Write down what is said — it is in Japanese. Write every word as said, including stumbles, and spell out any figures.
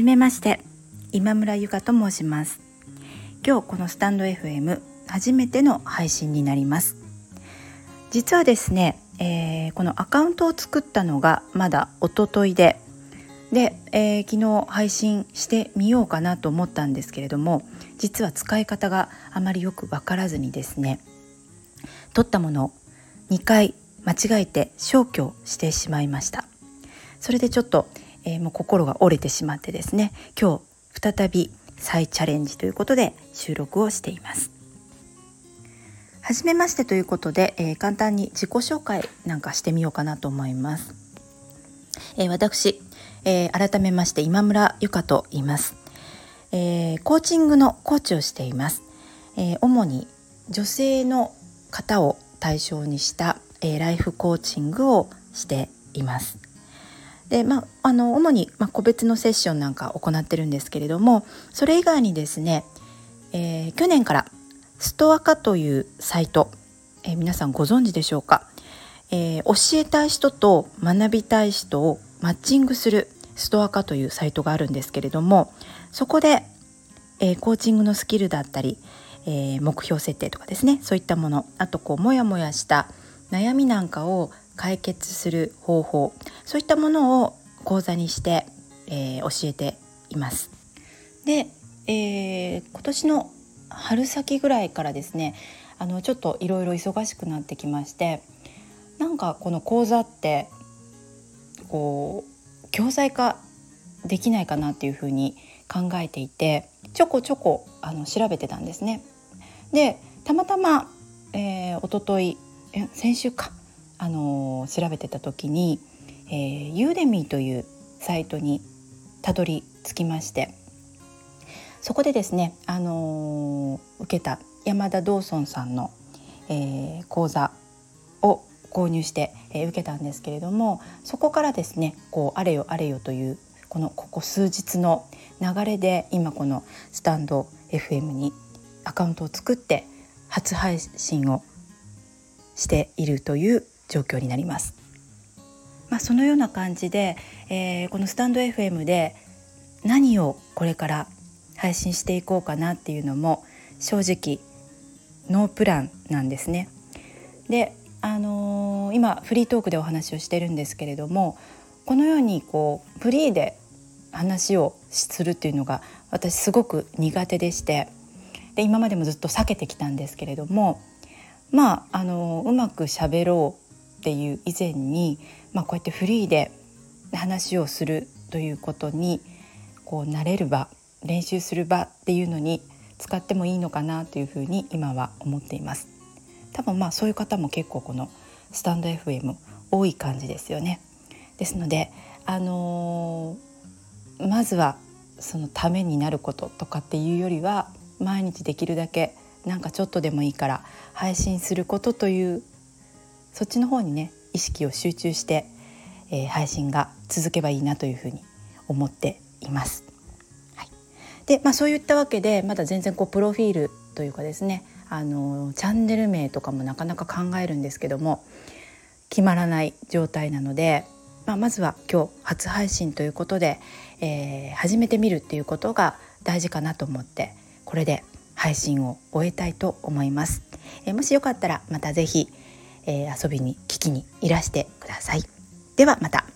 めまして、今村ゆかと申します。今日このスタンド エフエム 初めての配信になります。実はですね、えー、このアカウントを作ったのがまだ一昨日でで、えー、昨日配信してみようかなと思ったんですけれども、実は使い方があまりよくわからずにですね、撮ったものをにかい間違えて消去してしまいました。それでちょっと、えー、もう心が折れてしまってですね、今日再び再チャレンジということで収録をしています。はじめましてということで、えー、簡単に自己紹介なんかしてみようかなと思います。えー、私、えー、改めまして今村ゆかと言います。えー、コーチングのコーチをしています。えー、主に女性の方を対象にした、えー、ライフコーチングをしています。で、まあ、あの主に、まあ、個別のセッションなんか行ってるんですけれども、それ以外にですね、えー、去年からストアカというサイト、えー、皆さんご存知でしょうか。えー、教えたい人と学びたい人をマッチングするストアカというサイトがあるんですけれども、そこで、えー、コーチングのスキルだったり、えー、目標設定とかですね、そういったもの、あとこうモヤモヤした悩みなんかを解決する方法、そういったものを講座にして、えー、教えています。で、えー、今年の春先ぐらいからですね、あのちょっといろいろ忙しくなってきまして、なんかこの講座ってこう教材化できないかなっていうふうに考えていて、ちょこちょこあの調べてたんですね。で、たまたま、えー、一昨日え先週か、あのー、調べてた時に、えー、ユーデミーというサイトにたどり着きまして、そこでですね、あのー、受けた山田道尊さんの、えー、講座を購入して、えー、受けたんですけれども、そこからですね、こうあれよあれよというこのここ数日の流れで、今このスタンド エフエム にアカウントを作って初配信をしているという状況になります。まあ、そのような感じで、えー、このスタンド エフエム で何をこれから配信していこうかなっていうのも正直ノープランなんですね。で、あのー、今フリートークでお話をしてるんですけれども、このようにこうフリーで話をするっていうのが私すごく苦手でして、で今までもずっと避けてきたんですけれども、まあ、あのうまくしゃべろうっていう以前に、まあ、こうやってフリーで話をするということにこう慣れる場、練習する場っていうのに使ってもいいのかなというふうに今は思っています。多分まあそういう方も結構このスタンド エフエム 多い感じですよね。ですので、あのー、まずはそのためになることとかっていうよりは、毎日できるだけなんかちょっとでもいいから配信することという、そっちの方にね意識を集中して、えー、配信が続けばいいなというふうに思っています。はい、で、まあ、そういったわけでまだ全然こうプロフィールというかですね、あのチャンネル名とかもなかなか考えるんですけども決まらない状態なので、まあ、まずは今日初配信ということで、えー、始めてみるっていうことが大事かなと思って、これで配信を終えたいと思います。えー、もしよかったらまたぜひ、えー、遊びに聞きにいらしてください。ではまた。